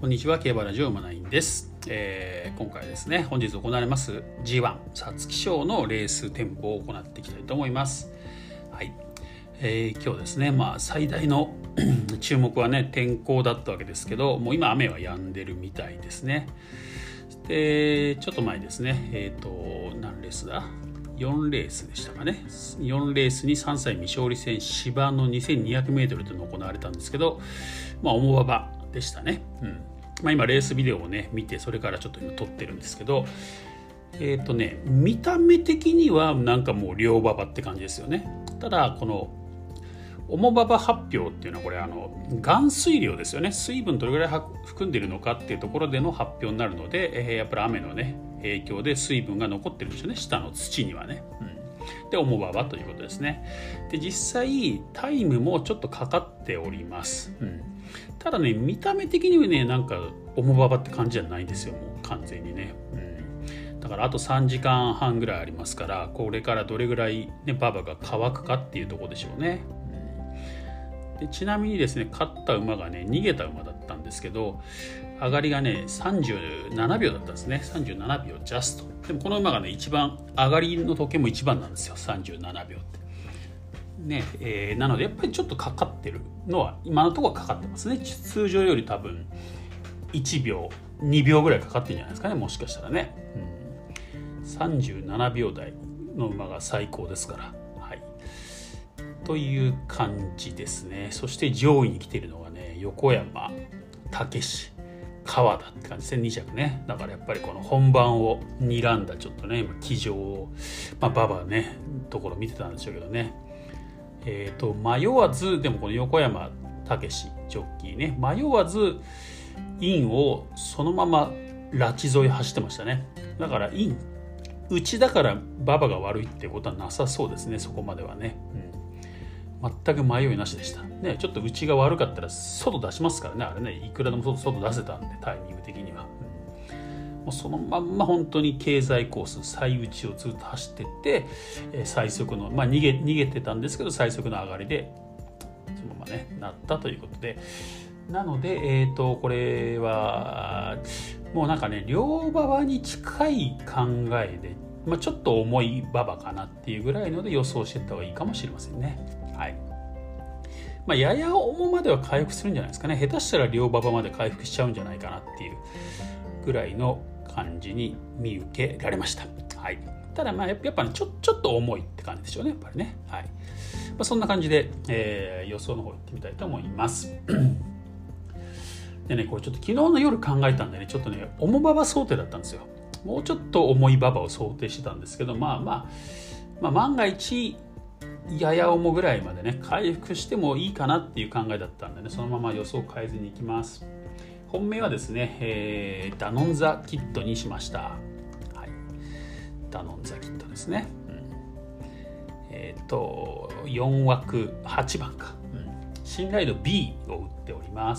こんにちは、競馬ラジオ馬ナインです。今回ですね、本日行われます G1 皐月賞のレース展望を行っていきたいと思います。はい。今日ですね、最大の注目はね、天候だったわけですけど、もう今雨は止んでるみたいですね。で、ちょっと前ですね、何レースだ4レースでしたかね。4レースに3歳未勝利戦芝の 2200m というのが行われたんですけど、重馬場でしたね。今レースビデオをね見て、それからちょっと今撮ってるんですけど、見た目的にはなんかもう両馬場って感じですよね。ただこの重馬場発表っていうのはこれ含水量ですよね。水分どれぐらい含んでいるのかっていうところでの発表になるので、やっぱり雨のね影響で水分が残ってるんですよね、下の土にはね。で重馬場ということですね。で実際タイムもちょっとかかっております。ただね、見た目的にはねなんか重馬場って感じじゃないんですよ、もう完全にね。だからあと3時間半ぐらいありますから、これからどれぐらいね馬場が乾くかっていうところでしょうね。でちなみにですね、勝った馬がね逃げた馬だったんですけど、上がりがね37秒だったんですね。37秒ジャスト。でもこの馬がね一番上がりの時計も一番なんですよ、37秒ってね。なのでやっぱりちょっとかかってるのは今のところはかかってますね。通常より多分1秒2秒ぐらいかかってるんじゃないですかね、もしかしたらね。37秒台の馬が最高ですから、という感じですね。そして上位に来ているのがね、横山、武史、川田って感じですね、2着ね。だからやっぱりこの本番を睨んだちょっとね騎乗を馬場ねところ見てたんでしょうけどね。迷わず、でもこの横山武史ジョッキーね、迷わずインをそのまま拉致沿い走ってましたね。だからイン内だから馬場が悪いってことはなさそうですね、そこまではね。全く迷いなしでしたね。ちょっと内が悪かったら外出しますからね、あれね、いくらでも外出せたんで、タイミング的には。もうそのまんま本当に経済コース最内をずっと走ってって、最速の逃げてたんですけど最速の上がりでそのままねなったということで、なのでこれはもうなんかね両馬場に近い考えで、ちょっと重い馬場かなっていうぐらいので予想していった方がいいかもしれませんね。やや重までは回復するんじゃないですかね。下手したら両馬場まで回復しちゃうんじゃないかなっていうぐらいの感じに見受けられました。ただやっぱりちょっと重いって感じでしょうね、やっぱりね。そんな感じで、予想の方行ってみたいと思います。でね、これちょっと昨日の夜考えたんでね、ちょっとね重馬場想定だったんですよ。もうちょっと重い馬場を想定してたんですけど、万が一やや重ぐらいまでね回復してもいいかなっていう考えだったんでね、そのまま予想変えずにいきます。本命はですね、ダノンザキットにしました。ダノンザキットですね。4枠8番か、信頼度 B を打っております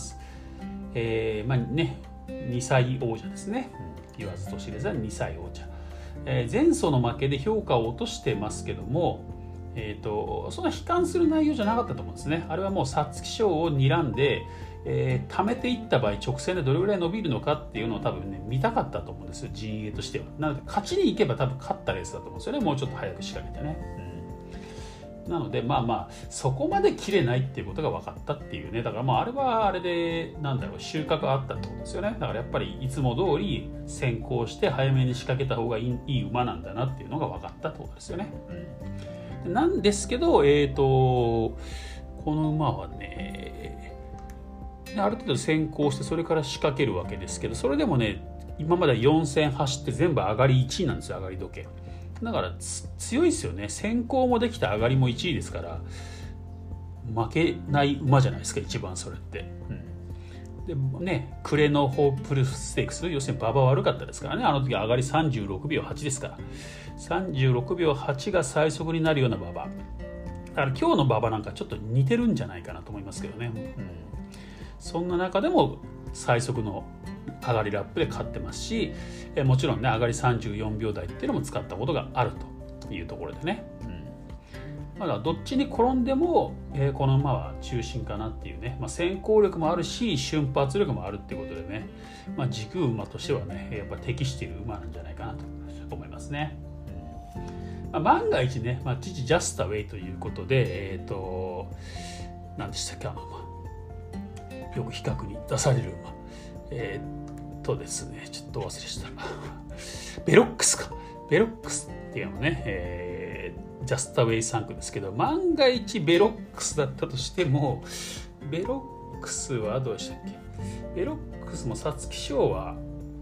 。2歳王者ですね。言わずと知れず2歳王者。前走の負けで評価を落としてますけども、そんな悲観する内容じゃなかったと思うんですね。あれはもう皐月賞を睨んで、貯めていった場合直線でどれぐらい伸びるのかっていうのを多分ね見たかったと思うんですよ、陣営としては。なので勝ちに行けば多分勝ったレースだと思うんですよね、もうちょっと早く仕掛けてね。なのでそこまで切れないっていうことが分かったっていうね。だからあれはあれで収穫あったってことですよね。だからやっぱりいつも通り先行して早めに仕掛けた方がいい馬なんだなっていうのが分かったってことですよね。なんですけど、この馬はねある程度先行してそれから仕掛けるわけですけど、それでもね今まで4戦走って全部上がり1位なんですよ、上がり時計だから強いですよね。先行もできた上がりも1位ですから、負けない馬じゃないですか、一番それって。でね、暮れのホープルステークス、要するに馬場悪かったですからね、あの時上がり36秒8ですから、36秒8が最速になるような馬場だから、今日の馬場なんかちょっと似てるんじゃないかなと思いますけどね。そんな中でも最速の上がりラップで勝ってますし、もちろんね上がり34秒台っていうのも使ったことがあるというところでね。 まだどっちに転んでも、この馬は中心かなっていうね、先行力もあるし瞬発力もあるっていうことでね、軸馬としてはねやっぱ適している馬なんじゃないかなと思いますね。万が一ね、父ジャスタウェイということで何でしたっけ、よく比較に出される馬ですね、ちょっと忘れしたベロックスっていうのもね、ジャスタウェイ3区ですけど、万が一ベロックスだったとしても、ベロックスはどうでしたっけ、ベロックスも皐月賞は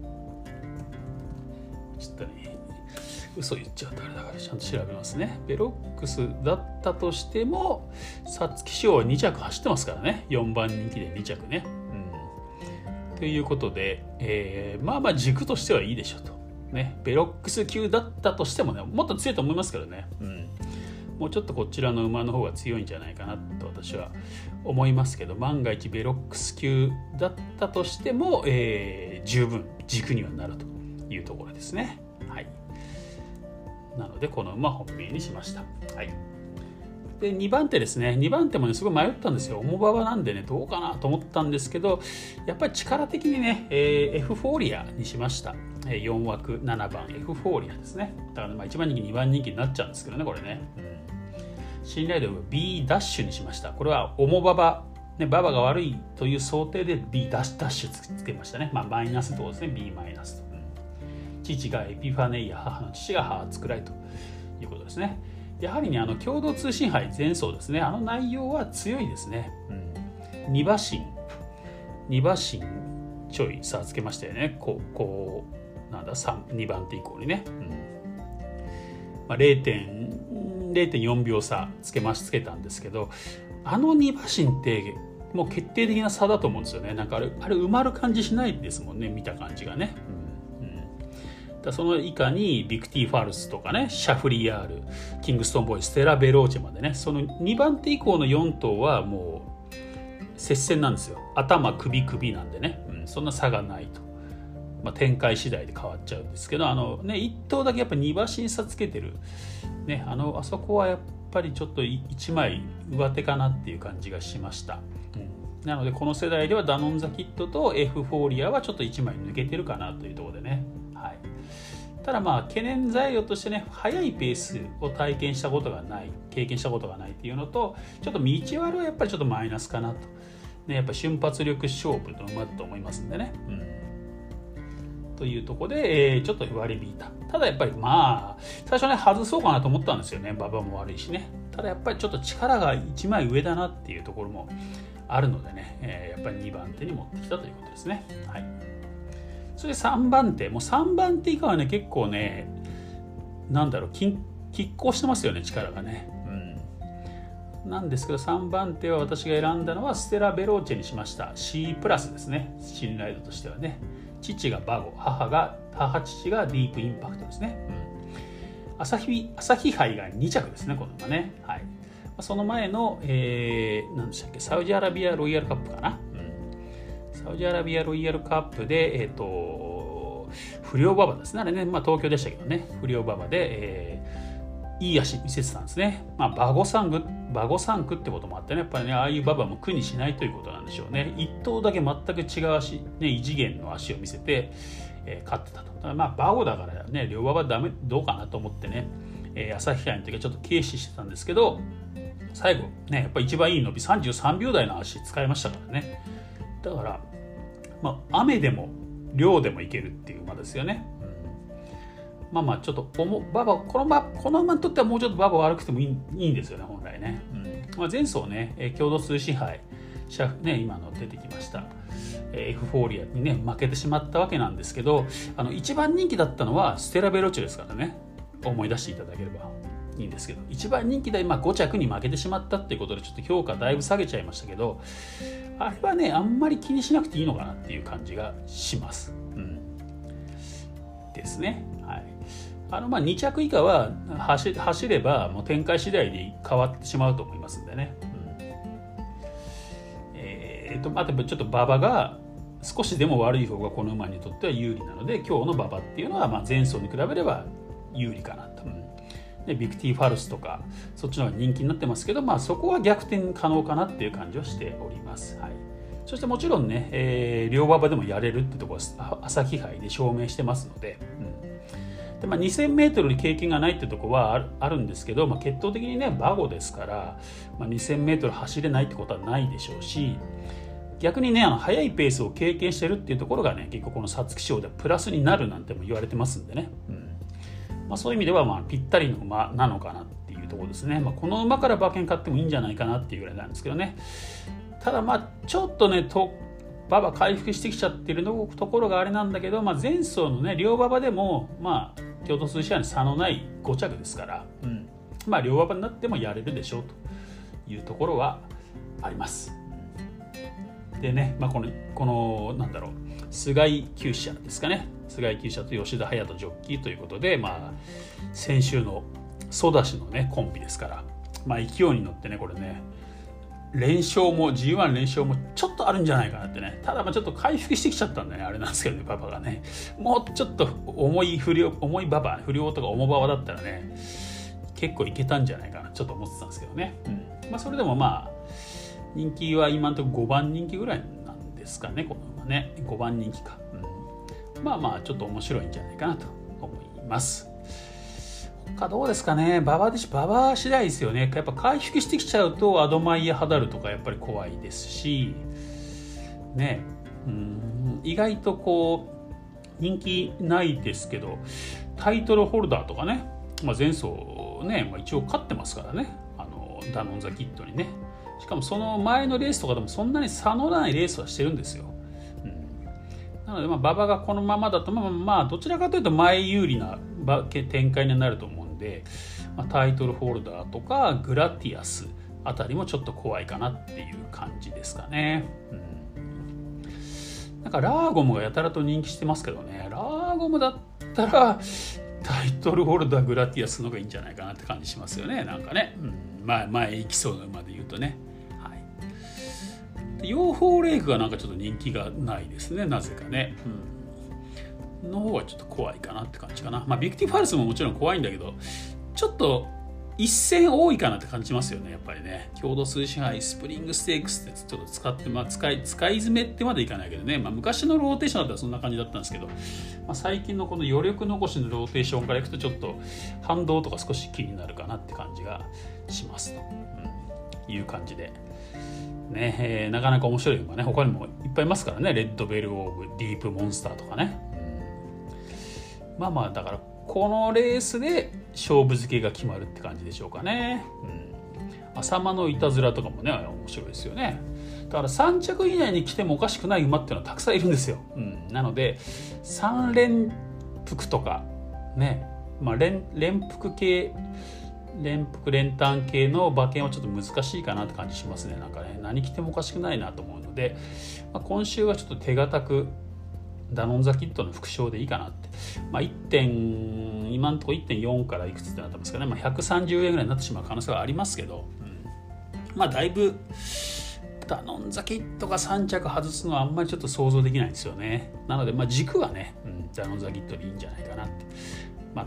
ちょっとね嘘言っちゃうとあれだからちゃんと調べますね。ベロックスだったとしても皐月賞は2着走ってますからね、4番人気で2着ね、ということで、軸としてはいいでしょうとね。ベロックス級だったとしてもね、もっと強いと思いますけどね、もうちょっとこちらの馬の方が強いんじゃないかなと私は思いますけど、万が一ベロックス級だったとしても、十分軸にはなるというところですね。はい、なのでこの馬本命にしました。はい、で2番手ですね。2番手もねすごい迷ったんですよ。重馬場なんでねどうかなと思ったんですけど、やっぱり力的にね、エフフォーリアにしました。4枠7番エフフォーリアですね。だから1番人気2番人気になっちゃうんですけどね、これね、信頼度を B ダッシュにしました。これは重馬場ね、馬場が悪いという想定で B ダッシュつけましたね。マイナスとですね、 B マイナスと、父がエピファネイア、母の父がハーツクライということですね。やはりね、共同通信杯前走ですね、内容は強いですね。2馬身ちょい差つけましたよね。2番手以降にね、0.4 秒差つけたんですけど、2馬身ってもう決定的な差だと思うんですよね。なんかあれ埋まる感じしないですもんね、見た感じがね。その以下にビクティ・ファルスとかね、シャフリヤール、キングストンボーイ、ステラ・ベローチェまでね、その2番手以降の4頭はもう接戦なんですよ。頭首なんでね、そんな差がないと、展開次第で変わっちゃうんですけど、1頭だけやっぱ2馬身差つけてる、ね、あそこはやっぱりちょっと1枚上手かなっていう感じがしました。なのでこの世代ではダノンザキッドとエフフォーリアはちょっと1枚抜けてるかなというところでね。はい、ただ懸念材料としてね、速いペースを経験したことがないっていうのと、ちょっと道割はやっぱりちょっとマイナスかなと、ね、やっぱ瞬発力勝負の馬だと思いますんでね、というところで、ちょっと割り引いた。ただやっぱり最初ね外そうかなと思ったんですよね。馬場も悪いしね。ただやっぱりちょっと力が1枚上だなっていうところもあるのでね、やっぱり2番手に持ってきたということですね。はい、それで3番手、もう3番手以下はね結構ね、拮抗してますよね、力がね。なんですけど3番手は私が選んだのはステラ・ベローチェにしました。 C プラスですね、信頼度としてはね。父がバゴ、母父がディープインパクトですね。朝日杯が2着ですね、この馬ね。はい、その前の、何でしたっけ、サウジアラビアロイヤルカップかな。サウジアラビアロイヤルカップで、不良馬場ですね、あれね、東京でしたけどね、不良馬場で、いい足見せてたんですね。馬後3区ってこともあってね、やっぱりね、ああいう馬場も苦にしないということなんでしょうね。1頭だけ全く違う足、ね、異次元の足を見せて、勝ってたと。だから馬後だからね、両馬場どうかなと思ってね、朝日杯の時はちょっと軽視してたんですけど、最後ね、やっぱり一番いい伸び33秒台の足使いましたからね。だから、雨でも量でもいけるっていう馬ですよね。ちょっとこの馬にとってはもうちょっと馬場悪くてもいいんですよね、本来ね。前走ね、共同通信杯ね、今の出てきましたエフフォーリアにね負けてしまったわけなんですけど、一番人気だったのはステラ・ベローチェですからね、思い出していただければいいんですけど、一番人気で5着に負けてしまったっていうことでちょっと評価だいぶ下げちゃいましたけど、あれはねあんまり気にしなくていいのかなっていう感じがします。ですね。はい、2着以下は走ればもう展開次第で変わってしまうと思いますんでね。あとちょっと馬場が少しでも悪い方がこの馬にとっては有利なので、今日の馬場っていうのは前走に比べれば有利かなと。 ビクティファルスとかそっちの方が人気になってますけど、そこは逆転可能かなっていう感じをしております。はい、そしてもちろんね、両馬場でもやれるってところは朝日杯で証明してますので、で2000m に経験がないってところはあるんですけど、決闘的にね馬子ですから、2000m 走れないってことはないでしょうし、逆にね速いペースを経験してるっていうところがね結構この皐月賞でプラスになるなんても言われてますんでね、そういう意味ではぴったりの馬なのかなっていうところですね。この馬から馬券買ってもいいんじゃないかなっていうぐらいなんですけどね。ただちょっとね馬場回復してきちゃってるところがあれなんだけど、前走のね両馬場でも京都数試合に差のない5着ですから、両馬場になってもやれるでしょうというところはあります。でね、このなんだろう、菅井厩舎ですかね、菅井厩舎と吉田隼人ジョッキーということで、先週のソダシのねコンビですから、勢いに乗ってねこれね連勝も G1 連勝もちょっとあるんじゃないかなってね。ただちょっと回復してきちゃったんでねあれなんですけどね、馬場がねもうちょっと重い馬場不良とか重馬場だったらね結構いけたんじゃないかなちょっと思ってたんですけどね、それでも人気は今のところ5番人気ぐらいなんですかね、この馬ね5番人気か、ちょっと面白いんじゃないかなと思います。他どうですかね、馬場次第ですよね。やっぱ回復してきちゃうとアドマイヤ・ハダルとかやっぱり怖いですしね、意外と人気ないですけどタイトルホルダーとかね、前走ね、一応勝ってますからね、ダノンザキッドにね。しかもその前のレースとかでもそんなに差のないレースはしてるんですよ。なので馬場がこのままだとどちらかというと前有利な展開になると思うんで、タイトルホルダーとかグラティアスあたりもちょっと怖いかなっていう感じですかね。なんかラーゴムがやたらと人気してますけどね、ラーゴムだったらタイトルホルダーグラティアスの方がいいんじゃないかなって感じしますよね。なんかね、前行きそうな馬で言うとね。養蜂レイクがなんかちょっと人気がないですね、なぜかね、の方がちょっと怖いかなって感じかな。ビクティファルスももちろん怖いんだけどちょっと一戦多いかなって感じますよね、やっぱりね。郷土数支配スプリングステークスってちょっと使って、使い詰めってまでいかないけどね、昔のローテーションだったらそんな感じだったんですけど、最近のこの余力残しのローテーションからいくとちょっと反動とか少し気になるかなって感じがしますと、いう感じでね、なかなか面白い馬ね他にもいっぱいいますからね。レッドベルオーブ、ディープモンスターとかね、だからこのレースで勝負付けが決まるって感じでしょうかね。浅間のいたずらとかもね面白いですよね。だから3着以内に来てもおかしくない馬っていうのはたくさんいるんですよ。なので3連複とかね、連複系連単系の馬券はちょっと難しいかなって感じしますね。なんかね何着てもおかしくないなと思うので、今週はちょっと手堅くダノンザキッドの副賞でいいかなって、今のところ 1.4 からいくつってなってますかね、130円ぐらいになってしまう可能性はありますけど、だいぶダノンザキッドが3着外すのはあんまりちょっと想像できないんですよね。なので軸はね、ダノンザキッドでいいんじゃないかなって。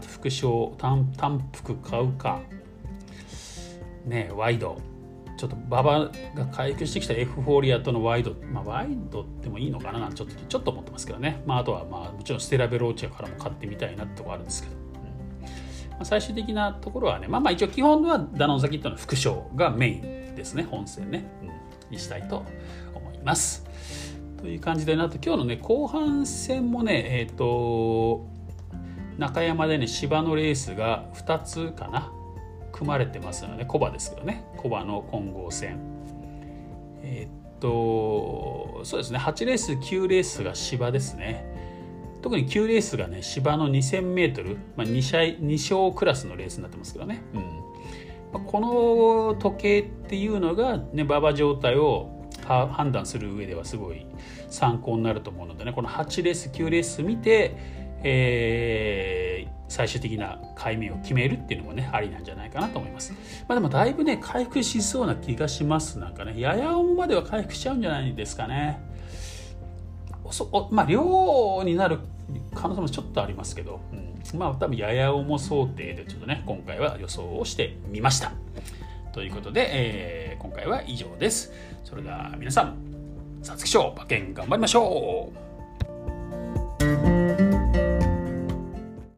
副賞単服買うかね、ワイドちょっと馬場が回復してきたエフフォーリアとのワイド、ワイドってもいいのかななんてちょっと思ってますけどね。あとはもちろんステラベローチェからも買ってみたいなってところあるんですけど、最終的なところはね一応基本はダノンザキッドの副賞がメインですね、本戦ね、にしたいと思います。という感じで、あと今日のね後半戦もね中山でね芝のレースが2つかな組まれてますので、コバですけどね、コバの混合戦そうですね、8レース9レースが芝ですね。特に9レースがね芝の 2000m、2勝クラスのレースになってますけどね、この時計っていうのがね馬場状態を判断する上ではすごい参考になると思うのでね、この8レース9レース見て最終的な解明を決めるっていうのもねありなんじゃないかなと思います。でもだいぶね回復しそうな気がします。なんかねやや重までは回復しちゃうんじゃないですかね。量になる可能性もちょっとありますけど、 多分やや重想定でちょっとね今回は予想をしてみました。ということで、今回は以上です。それでは皆さん、皐月賞馬券頑張りましょう。